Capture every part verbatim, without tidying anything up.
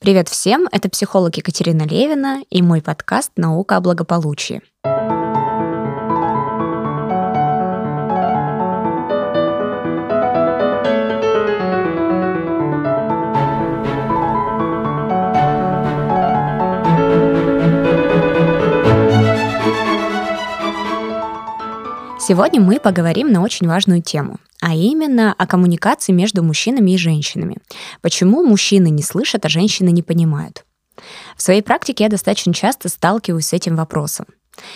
Привет всем, это психолог Екатерина Левина и мой подкаст «Наука о благополучии». Сегодня мы поговорим на очень важную тему, а именно о коммуникации между мужчинами и женщинами. Почему мужчины не слышат, а женщины не понимают? В своей практике я достаточно часто сталкиваюсь с этим вопросом.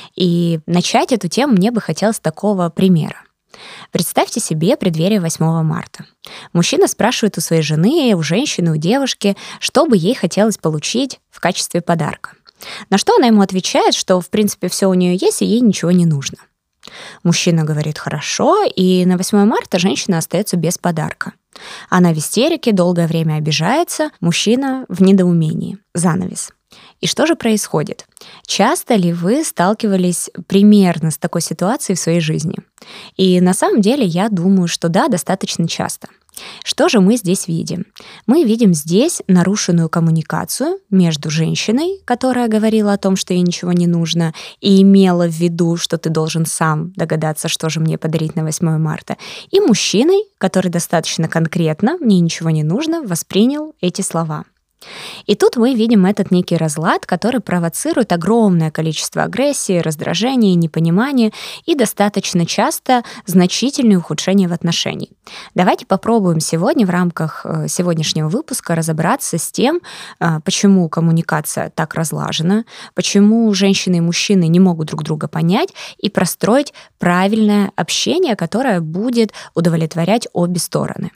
И начать эту тему мне бы хотелось с такого примера. Представьте себе преддверие восьмого марта. Мужчина спрашивает у своей жены, у женщины, у девушки, что бы ей хотелось получить в качестве подарка. На что она ему отвечает, что в принципе все у нее есть и ей ничего не нужно. Мужчина говорит «хорошо», и на восьмое марта женщина остается без подарка. Она в истерике, долгое время обижается, мужчина в недоумении. Занавес. И что же происходит? Часто ли вы сталкивались примерно с такой ситуацией в своей жизни? И на самом деле я думаю, что да, достаточно часто. Что же мы здесь видим? Мы видим здесь нарушенную коммуникацию между женщиной, которая говорила о том, что ей ничего не нужно, и имела в виду, что ты должен сам догадаться, что же мне подарить на восьмое марта, и мужчиной, который достаточно конкретно «мне ничего не нужно» воспринял эти слова. И тут мы видим этот некий разлад, который провоцирует огромное количество агрессии, раздражения, непонимания и достаточно часто значительное ухудшение в отношениях. Давайте попробуем сегодня в рамках сегодняшнего выпуска разобраться с тем, почему коммуникация так разлажена, почему женщины и мужчины не могут друг друга понять и простроить правильное общение, которое будет удовлетворять обе стороны.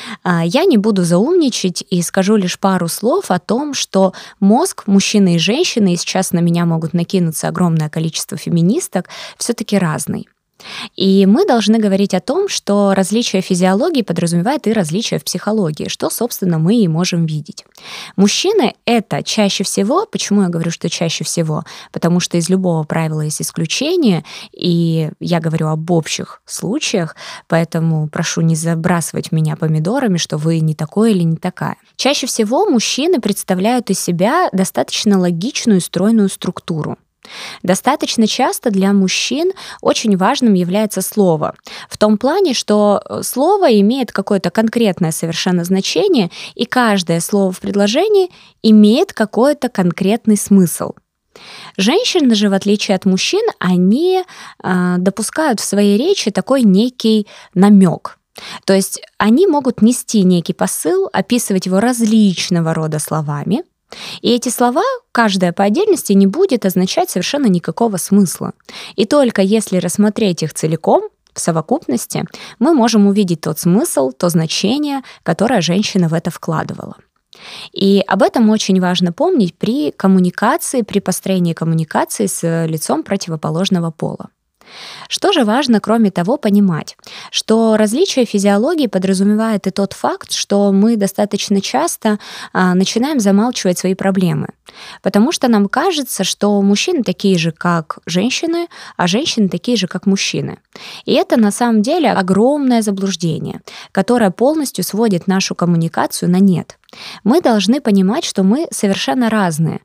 Я не буду заумничать и скажу лишь пару слов о том, что мозг мужчины и женщины, и сейчас на меня могут накинуться огромное количество феминисток, все-таки разный. И мы должны говорить о том, что различие физиологии подразумевает и различия в психологии, что, собственно, мы и можем видеть. Мужчины — это чаще всего, почему я говорю, что чаще всего? Потому что из любого правила есть исключение, и я говорю об общих случаях, поэтому прошу не забрасывать меня помидорами, что вы не такой или не такая. Чаще всего мужчины представляют из себя достаточно логичную и стройную структуру. Достаточно часто для мужчин очень важным является слово. В том плане, что слово имеет какое-то конкретное совершенно значение, и каждое слово в предложении имеет какой-то конкретный смысл. Женщины же, в отличие от мужчин, они э, допускают в своей речи такой некий намек. То есть они могут нести некий посыл, описывать его различного рода словами, и эти слова, каждая по отдельности, не будет означать совершенно никакого смысла. И только если рассмотреть их целиком, в совокупности, мы можем увидеть тот смысл, то значение, которое женщина в это вкладывала. И об этом очень важно помнить при коммуникации, при построении коммуникации с лицом противоположного пола. Что же важно, кроме того, понимать, что различие физиологии подразумевает и тот факт, что мы достаточно часто а, начинаем замалчивать свои проблемы, потому что нам кажется, что мужчины такие же, как женщины, а женщины такие же, как мужчины. И это на самом деле огромное заблуждение, которое полностью сводит нашу коммуникацию на нет. Мы должны понимать, что мы совершенно разные,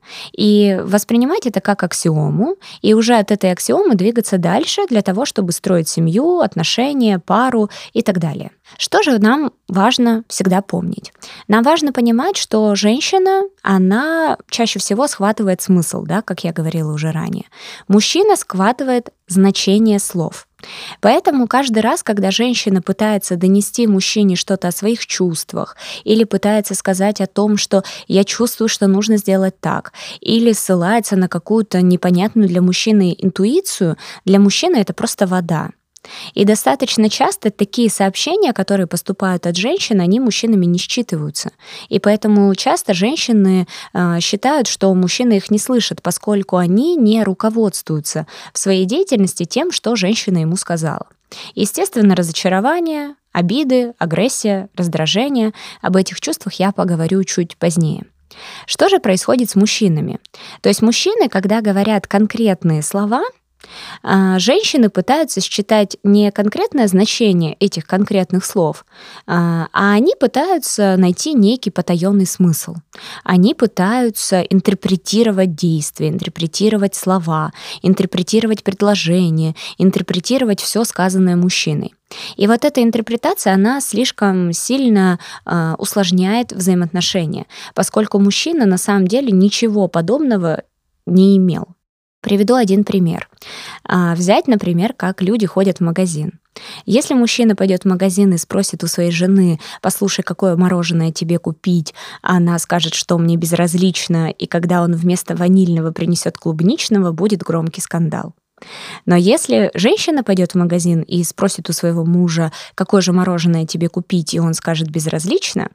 и воспринимать это как аксиому, и уже от этой аксиомы двигаться дальше для того, чтобы строить семью, отношения, пару и так далее. Что же нам важно всегда помнить? Нам важно понимать, что женщина, она чаще всего схватывает смысл, да, как я говорила уже ранее. Мужчина схватывает значение слов. Поэтому каждый раз, когда женщина пытается донести мужчине что-то о своих чувствах или пытается сказать о том, что я чувствую, что нужно сделать так, или ссылается на какую-то непонятную для мужчины интуицию, для мужчины это просто вода. И достаточно часто такие сообщения, которые поступают от женщин, они мужчинами не считываются. И поэтому часто женщины э, считают, что мужчины их не слышат, поскольку они не руководствуются в своей деятельности тем, что женщина ему сказала. Естественно, разочарование, обиды, агрессия, раздражение. Об этих чувствах я поговорю чуть позднее. Что же происходит с мужчинами? То есть мужчины, когда говорят конкретные слова, А, Женщины пытаются считать не конкретное значение этих конкретных слов, а а они пытаются найти некий потаенный смысл. Они пытаются интерпретировать действия, интерпретировать слова, интерпретировать предложения, интерпретировать все сказанное мужчиной. И вот эта интерпретация, она слишком сильно а, усложняет взаимоотношения, поскольку мужчина на самом деле ничего подобного не имел. Приведу один пример. А, Взять, например, как люди ходят в магазин. Если мужчина пойдет в магазин и спросит у своей жены: «Послушай, какое мороженое тебе купить?», а она скажет, что мне безразлично, и когда он вместо ванильного принесет клубничного, будет громкий скандал. Но если женщина пойдет в магазин и спросит у своего мужа: «Какое же мороженое тебе купить?», и он скажет «безразлично»,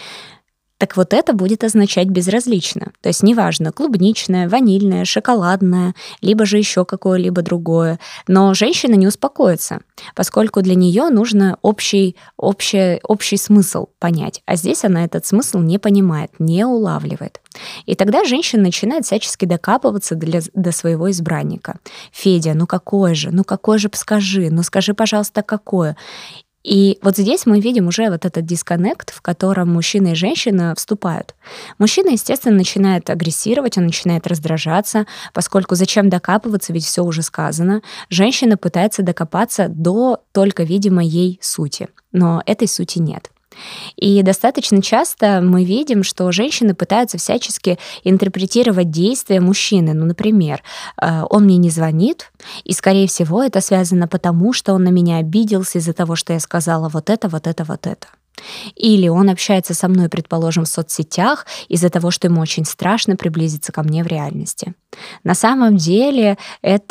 так вот это будет означать безразлично. То есть неважно, клубничное, ванильное, шоколадное, либо же еще какое-либо другое. Но женщина не успокоится, поскольку для нее нужно общий, общий, общий смысл понять. А здесь она этот смысл не понимает, не улавливает. И тогда женщина начинает всячески докапываться для, до своего избранника. «Федя, ну какое же? Ну какое же скажи? Ну скажи, пожалуйста, какое?» И вот здесь мы видим уже вот этот дисконнект, в котором мужчина и женщина вступают. Мужчина, естественно, начинает агрессировать, он начинает раздражаться, поскольку зачем докапываться, ведь все уже сказано. Женщина пытается докопаться до только видимой ей сути, но этой сути нет. И достаточно часто мы видим, что женщины пытаются всячески интерпретировать действия мужчины. Ну, например, э, он мне не звонит, и, скорее всего, это связано потому, что он на меня обиделся из-за того, что я сказала вот это, вот это, вот это. Или он общается со мной, предположим, в соцсетях из-за того, что ему очень страшно приблизиться ко мне в реальности. На самом деле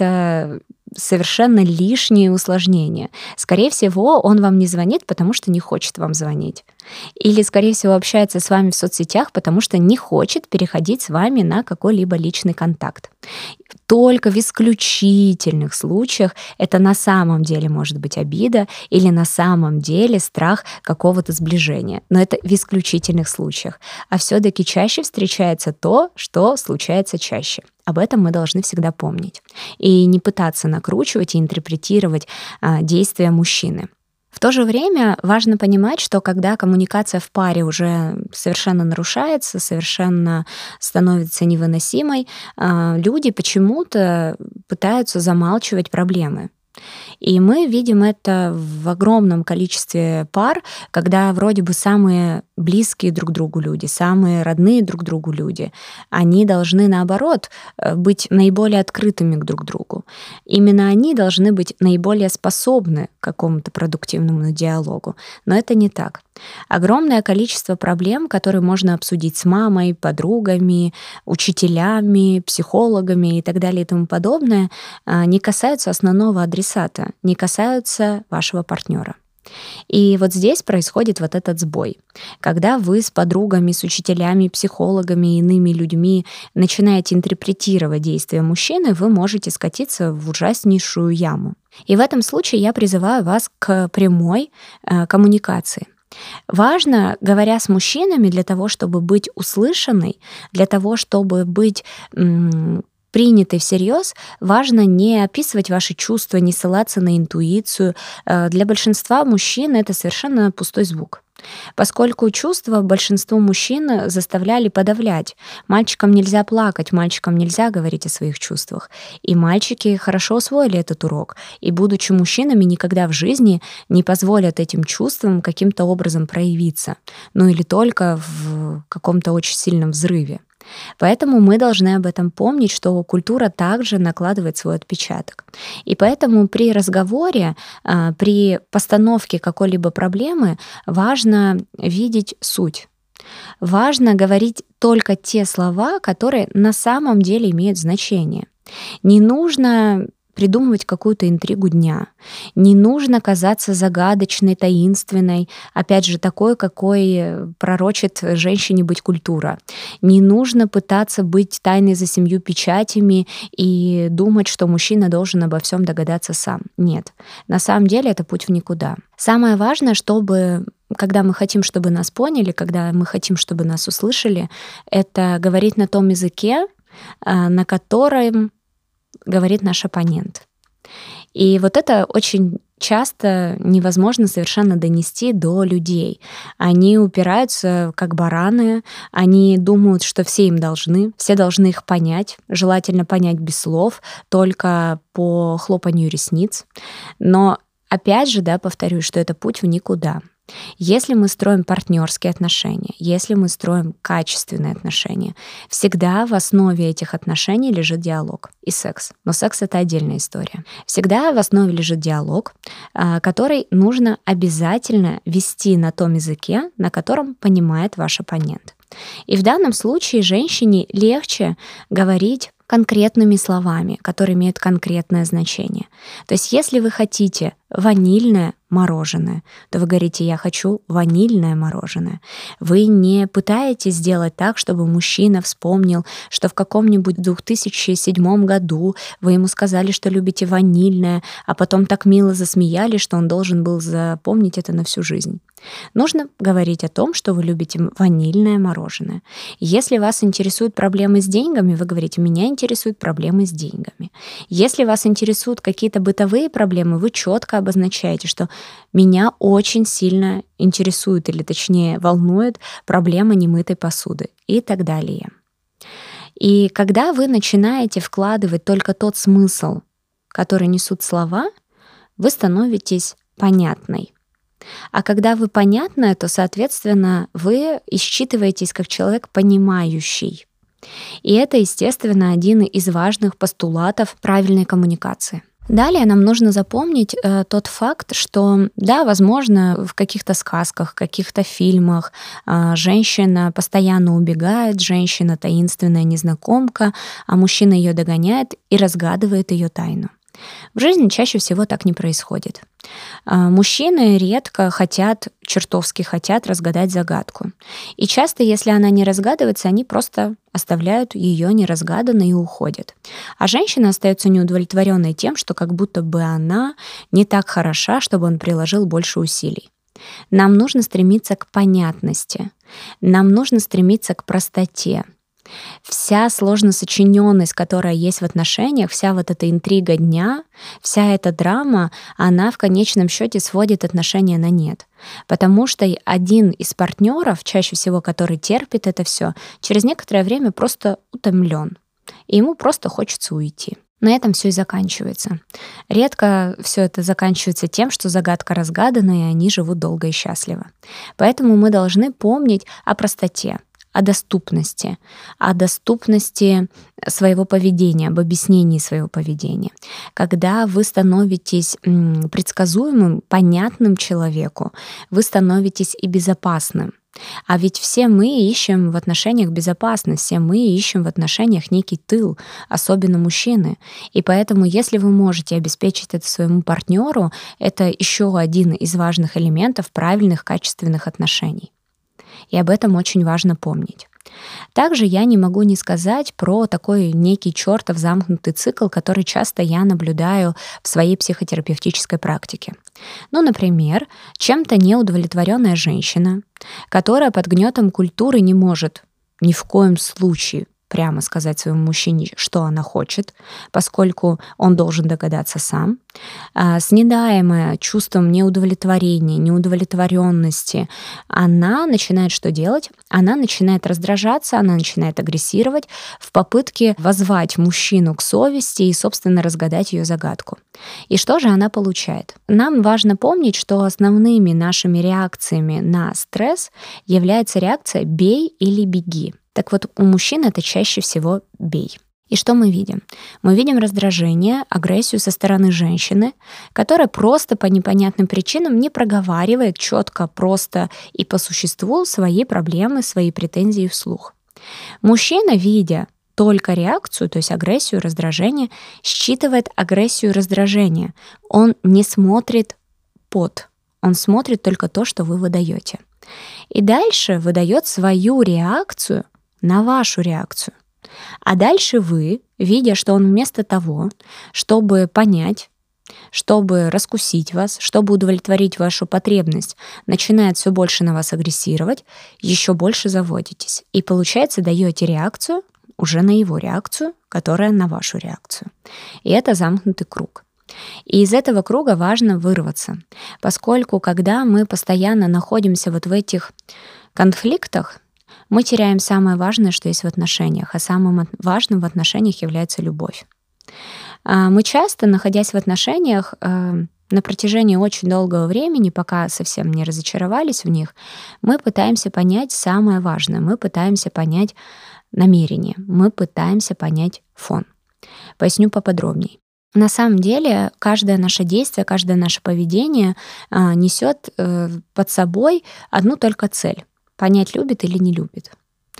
это совершенно лишние усложнения. Скорее всего, он вам не звонит, потому что не хочет вам звонить. Или, скорее всего, общается с вами в соцсетях, потому что не хочет переходить с вами на какой-либо личный контакт. Только в исключительных случаях это на самом деле может быть обида или на самом деле страх какого-то сближения. Но это в исключительных случаях. А все-таки чаще встречается то, что случается чаще. Об этом мы должны всегда помнить. И не пытаться накручивать и интерпретировать а, действия мужчины. В то же время важно понимать, что когда коммуникация в паре уже совершенно нарушается, совершенно становится невыносимой, а, люди почему-то пытаются замалчивать проблемы. И мы видим это в огромном количестве пар, когда вроде бы самые близкие друг другу люди, самые родные друг другу люди, они должны, наоборот, быть наиболее открытыми к друг другу. Именно они должны быть наиболее способны к какому-то продуктивному диалогу. Но это не так. Огромное количество проблем, которые можно обсудить с мамой, подругами, учителями, психологами и так далее и тому подобное, не касаются основного адресата, не касаются вашего партнера. И вот здесь происходит вот этот сбой. Когда вы с подругами, с учителями, психологами и иными людьми начинаете интерпретировать действия мужчины, вы можете скатиться в ужаснейшую яму. И в этом случае я призываю вас к прямой э, коммуникации. Важно, говоря с мужчинами, для того, чтобы быть услышанной, для того, чтобы быть м- принятой всерьез, важно не описывать ваши чувства, не ссылаться на интуицию. Для большинства мужчин это совершенно пустой звук. Поскольку чувства большинству мужчин заставляли подавлять. Мальчикам нельзя плакать, мальчикам нельзя говорить о своих чувствах. И мальчики хорошо усвоили этот урок. И, будучи мужчинами, никогда в жизни не позволят этим чувствам каким-то образом проявиться. Ну или только в каком-то очень сильном взрыве. Поэтому мы должны об этом помнить, что культура также накладывает свой отпечаток. И поэтому при разговоре, при постановке какой-либо проблемы важно видеть суть. Важно говорить только те слова, которые на самом деле имеют значение. Не нужно придумывать какую-то интригу дня. Не нужно казаться загадочной, таинственной, опять же, такой, какой пророчит женщине быть культура. Не нужно пытаться быть тайной за семью печатями и думать, что мужчина должен обо всем догадаться сам. Нет. На самом деле это путь в никуда. Самое важное, чтобы когда мы хотим, чтобы нас поняли, когда мы хотим, чтобы нас услышали, это говорить на том языке, на котором говорит наш оппонент. И вот это очень часто невозможно совершенно донести до людей. Они упираются как бараны, они думают, что все им должны, все должны их понять, желательно понять без слов, только по хлопанью ресниц. Но опять же, да, повторюсь, что это путь в никуда. Если мы строим партнерские отношения, если мы строим качественные отношения, всегда в основе этих отношений лежит диалог и секс. Но секс — это отдельная история. Всегда в основе лежит диалог, который нужно обязательно вести на том языке, на котором понимает ваш оппонент. И в данном случае женщине легче говорить конкретными словами, которые имеют конкретное значение. То есть если вы хотите ванильное мороженое, то вы говорите: «Я хочу ванильное мороженое». Вы не пытаетесь сделать так, чтобы мужчина вспомнил, что в каком-нибудь две тысячи седьмом году вы ему сказали, что любите ванильное, а потом так мило засмеялись, что он должен был запомнить это на всю жизнь. Нужно говорить о том, что вы любите ванильное мороженое. Если вас интересуют проблемы с деньгами, вы говорите: «Меня интересуют проблемы с деньгами». Если вас интересуют какие-то бытовые проблемы, вы четко обозначаете, что меня очень сильно интересует, или точнее волнует, проблема немытой посуды и так далее. И когда вы начинаете вкладывать только тот смысл, который несут слова, вы становитесь понятной. А когда вы понятны, то, соответственно, вы исчитываетесь как человек понимающий. И это, естественно, один из важных постулатов правильной коммуникации. Далее нам нужно запомнить э, тот факт, что, да, возможно, в каких-то сказках, каких-то фильмах э, женщина постоянно убегает, женщина таинственная незнакомка, а мужчина ее догоняет и разгадывает ее тайну. В жизни чаще всего так не происходит. Мужчины редко хотят, чертовски хотят разгадать загадку. И часто, если она не разгадывается, они просто оставляют ее неразгаданной и уходят. А женщина остается неудовлетворенной тем, что как будто бы она не так хороша, чтобы он приложил больше усилий. Нам нужно стремиться к понятности, нам нужно стремиться к простоте. Вся сложно сочиненность, которая есть в отношениях, вся вот эта интрига дня, вся эта драма, она в конечном счете сводит отношения на нет. Потому что один из партнеров, чаще всего который терпит это все, через некоторое время просто утомлен, и ему просто хочется уйти. На этом все и заканчивается. Редко все это заканчивается тем, что загадка разгадана, и они живут долго и счастливо. Поэтому мы должны помнить о простоте, о доступности, о доступности своего поведения, об объяснении своего поведения. Когда вы становитесь предсказуемым, понятным человеку, вы становитесь и безопасным. А ведь все мы ищем в отношениях безопасность, все мы ищем в отношениях некий тыл, особенно мужчины. И поэтому, если вы можете обеспечить это своему партнеру, это еще один из важных элементов правильных, качественных отношений. И об этом очень важно помнить. Также я не могу не сказать про такой некий чертов замкнутый цикл, который часто я наблюдаю в своей психотерапевтической практике. Ну, например, чем-то неудовлетворенная женщина, которая под гнетом культуры не может ни в коем случае прямо сказать своему мужчине, что она хочет, поскольку он должен догадаться сам. Снедаемая чувством неудовлетворения, неудовлетворенности, она начинает что делать? Она начинает раздражаться, она начинает агрессировать в попытке воззвать мужчину к совести и, собственно, разгадать ее загадку. И что же она получает? Нам важно помнить, что основными нашими реакциями на стресс является реакция «бей или беги». Так вот, у мужчин это чаще всего «бей». И что мы видим? Мы видим раздражение, агрессию со стороны женщины, которая просто по непонятным причинам не проговаривает четко, просто и по существу свои проблемы, свои претензии вслух. Мужчина, видя только реакцию, то есть агрессию, раздражение, считывает агрессию и раздражение. Он не смотрит под, он смотрит только то, что вы выдаете. И дальше выдает свою реакцию на вашу реакцию. А дальше вы, видя, что он вместо того, чтобы понять, чтобы раскусить вас, чтобы удовлетворить вашу потребность, начинает все больше на вас агрессировать, еще больше заводитесь. И получается, даете реакцию, уже на его реакцию, которая на вашу реакцию. И это замкнутый круг. И из этого круга важно вырваться, поскольку когда мы постоянно находимся вот в этих конфликтах, мы теряем самое важное, что есть в отношениях, а самым важным в отношениях является любовь. Мы часто, находясь в отношениях, на протяжении очень долгого времени, пока совсем не разочаровались в них, мы пытаемся понять самое важное, мы пытаемся понять намерение, мы пытаемся понять фон. Поясню поподробнее. На самом деле каждое наше действие, каждое наше поведение несет под собой одну только цель — понять, любит или не любит.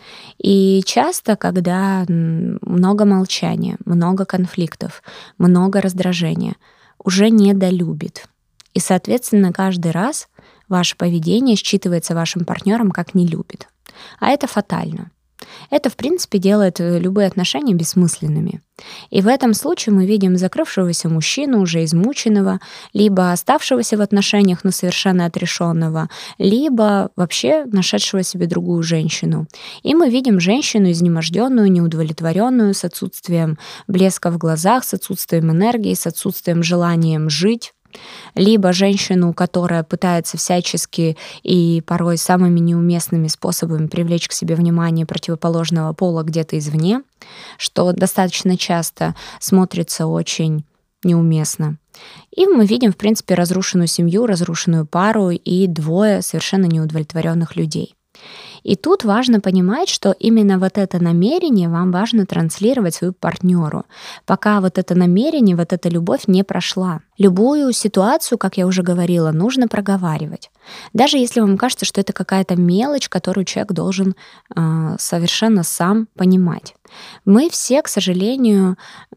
И часто, когда много молчания, много конфликтов, много раздражения, уже недолюбит. И, соответственно, каждый раз ваше поведение считывается вашим партнером как не любит. А это фатально. Это, в принципе, делает любые отношения бессмысленными. И в этом случае мы видим закрывшегося мужчину, уже измученного, либо оставшегося в отношениях, но совершенно отрешенного, либо вообще нашедшего себе другую женщину. И мы видим женщину изнеможденную, неудовлетворенную, с отсутствием блеска в глазах, с отсутствием энергии, с отсутствием желания жить. Либо женщину, которая пытается всячески и порой самыми неуместными способами привлечь к себе внимание противоположного пола где-то извне, что достаточно часто смотрится очень неуместно. И мы видим, в принципе, разрушенную семью, разрушенную пару и двое совершенно неудовлетворенных людей. И тут важно понимать, что именно вот это намерение вам важно транслировать своему партнеру, пока вот это намерение, вот эта любовь не прошла. Любую ситуацию, как я уже говорила, нужно проговаривать. Даже если вам кажется, что это какая-то мелочь, которую человек должен э, совершенно сам понимать. Мы все, к сожалению,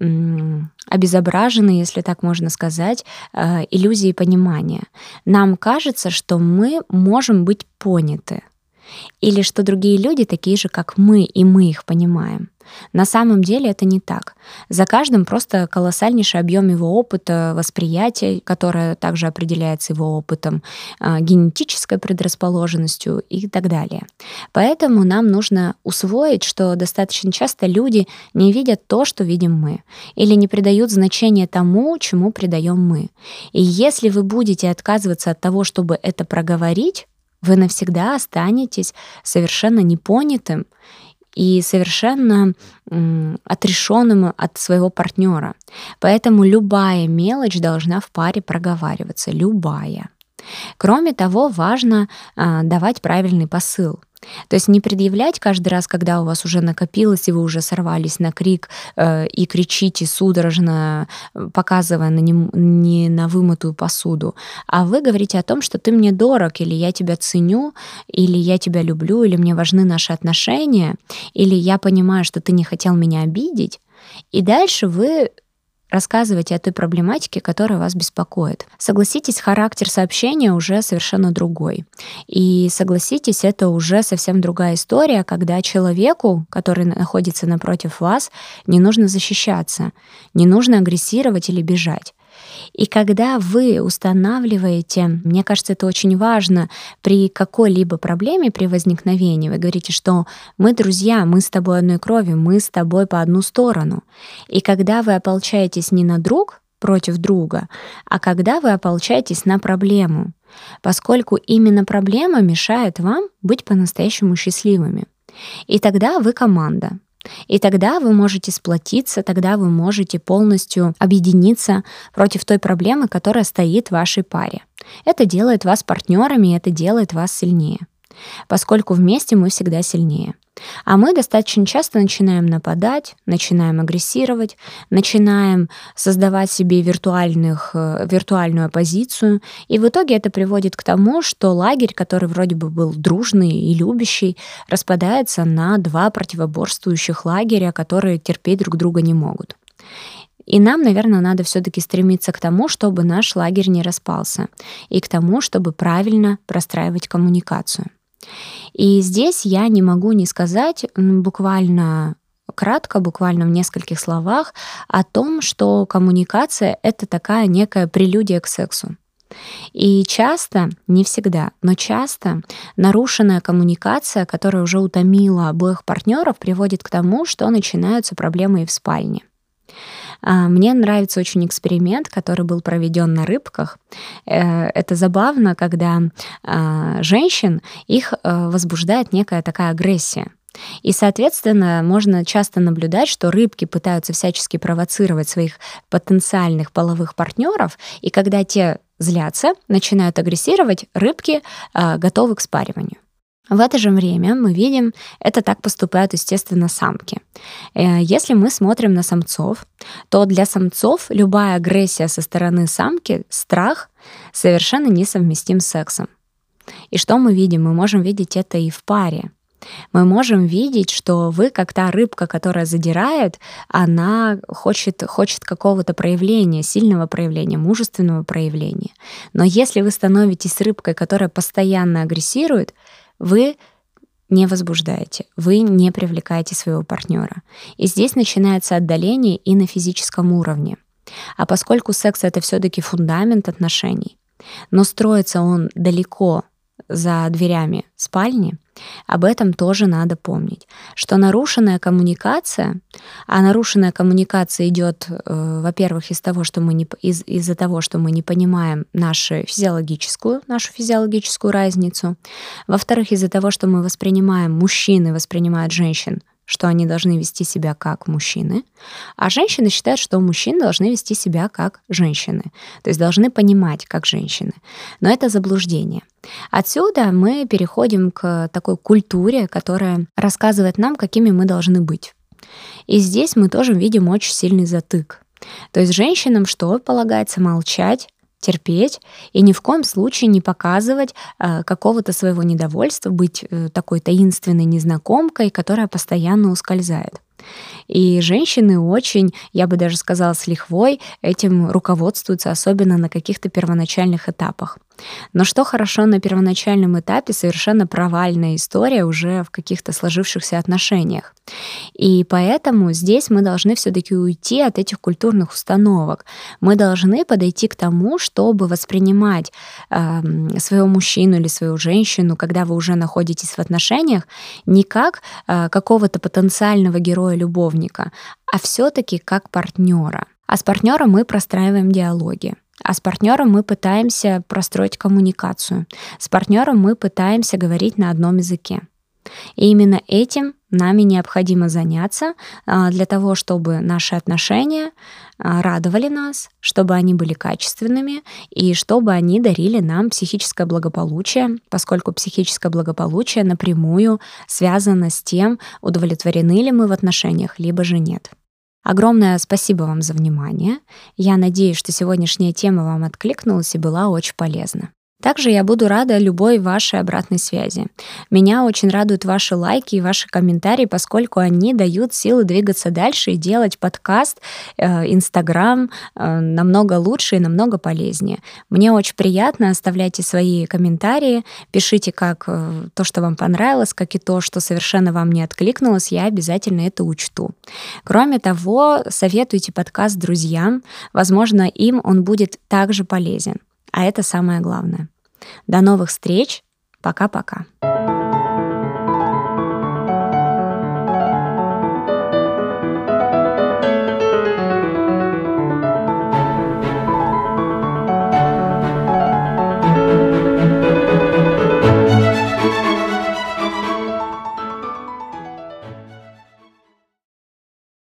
обезображены, если так можно сказать, э, иллюзией понимания. Нам кажется, что мы можем быть поняты. Или что другие люди такие же, как мы, и мы их понимаем. На самом деле это не так. За каждым просто колоссальнейший объем его опыта, восприятия, которое также определяется его опытом, генетической предрасположенностью и так далее. Поэтому нам нужно усвоить, что достаточно часто люди не видят то, что видим мы, или не придают значения тому, чему придаем мы. И если вы будете отказываться от того, чтобы это проговорить, вы навсегда останетесь совершенно непонятым и совершенно м, отрешенным от своего партнера. Поэтому любая мелочь должна в паре проговариваться, любая. Кроме того, важно а, давать правильный посыл. То есть не предъявлять каждый раз, когда у вас уже накопилось, и вы уже сорвались на крик э, и кричите судорожно, показывая на не, не на вымытую посуду, а вы говорите о том, что ты мне дорог, или я тебя ценю, или я тебя люблю, или мне важны наши отношения, или я понимаю, что ты не хотел меня обидеть. И дальше вы рассказывайте о той проблематике, которая вас беспокоит. Согласитесь, характер сообщения уже совершенно другой. И согласитесь, это уже совсем другая история, когда человеку, который находится напротив вас, не нужно защищаться, не нужно агрессировать или бежать. И когда вы устанавливаете, мне кажется, это очень важно, при какой-либо проблеме, при возникновении, вы говорите, что мы друзья, мы с тобой одной крови, мы с тобой по одну сторону. И когда вы ополчаетесь не на друг против друга, а когда вы ополчаетесь на проблему, поскольку именно проблема мешает вам быть по-настоящему счастливыми. И тогда вы команда. И тогда вы можете сплотиться, тогда вы можете полностью объединиться против той проблемы, которая стоит в вашей паре. Это делает вас партнерами, это делает вас сильнее, поскольку вместе мы всегда сильнее. А мы достаточно часто начинаем нападать, начинаем агрессировать, начинаем создавать себе виртуальных, виртуальную оппозицию. И в итоге это приводит к тому, что лагерь, который вроде бы был дружный и любящий, распадается на два противоборствующих лагеря, которые терпеть друг друга не могут. И нам, наверное, надо все-таки стремиться к тому, чтобы наш лагерь не распался, и к тому, чтобы правильно простраивать коммуникацию. И здесь я не могу не сказать буквально кратко, буквально в нескольких словах о том, что коммуникация — это такая некая прелюдия к сексу. И часто, не всегда, но часто нарушенная коммуникация, которая уже утомила обоих партнеров, приводит к тому, что начинаются проблемы и в спальне. А, Мне нравится очень эксперимент, который был проведен на рыбках. Э, Это забавно, когда а, женщин их э, возбуждает некая такая агрессия. И, соответственно, можно часто наблюдать, что рыбки пытаются всячески провоцировать своих потенциальных половых партнеров, и когда те злятся, начинают агрессировать, рыбки а, готовы к спариванию. В это же время мы видим, это так поступают, естественно, самки. Э, Если мы смотрим на самцов, то для самцов любая агрессия со стороны самки, страх, совершенно несовместим с сексом. И что мы видим? Мы можем видеть это и в паре. Мы можем видеть, что вы, как та рыбка, которая задирает, она хочет, хочет какого-то проявления, сильного проявления, мужественного проявления. Но если вы становитесь рыбкой, которая постоянно агрессирует, вы не возбуждаете, вы не привлекаете своего партнера. И здесь начинается отдаление и на физическом уровне. А поскольку секс — это все-таки фундамент отношений, но строится он далеко за дверями спальни, об этом тоже надо помнить, что нарушенная коммуникация, а нарушенная коммуникация идет, э, во-первых, из того, что мы не, из, из-за того, что мы не понимаем нашу физиологическую, нашу физиологическую разницу, во-вторых, из-за того, что мы воспринимаем, мужчины воспринимают женщин, что они должны вести себя как мужчины, а женщины считают, что мужчины должны вести себя как женщины, то есть должны понимать как женщины. Но это заблуждение. Отсюда мы переходим к такой культуре, которая рассказывает нам, какими мы должны быть. И здесь мы тоже видим очень сильный затык. То есть женщинам что полагается? Молчать, терпеть и ни в коем случае не показывать э, какого-то своего недовольства, быть э, такой таинственной незнакомкой, которая постоянно ускользает. И женщины очень, я бы даже сказала, с лихвой этим руководствуются, особенно на каких-то первоначальных этапах. Но что хорошо на первоначальном этапе, совершенно провальная история уже в каких-то сложившихся отношениях. И поэтому здесь мы должны все-таки уйти от этих культурных установок. Мы должны подойти к тому, чтобы воспринимать э, своего мужчину или свою женщину, когда вы уже находитесь в отношениях, не как э, какого-то потенциального героя-любовника, а все-таки как партнера. А с партнером мы простраиваем диалоги. А с партнером мы пытаемся простроить коммуникацию. С партнером мы пытаемся говорить на одном языке. И именно этим нами необходимо заняться для того, чтобы наши отношения радовали нас, чтобы они были качественными и чтобы они дарили нам психическое благополучие, поскольку психическое благополучие напрямую связано с тем, удовлетворены ли мы в отношениях, либо же нет. Огромное спасибо вам за внимание. Я надеюсь, что сегодняшняя тема вам откликнулась и была очень полезна. Также я буду рада любой вашей обратной связи. Меня очень радуют ваши лайки и ваши комментарии, поскольку они дают силы двигаться дальше и делать подкаст, Инстаграм э, намного лучше и намного полезнее. Мне очень приятно. Оставляйте свои комментарии, пишите как э, то, что вам понравилось, как и то, что совершенно вам не откликнулось. Я обязательно это учту. Кроме того, советуйте подкаст друзьям. Возможно, им он будет также полезен. А это самое главное. До новых встреч. Пока-пока.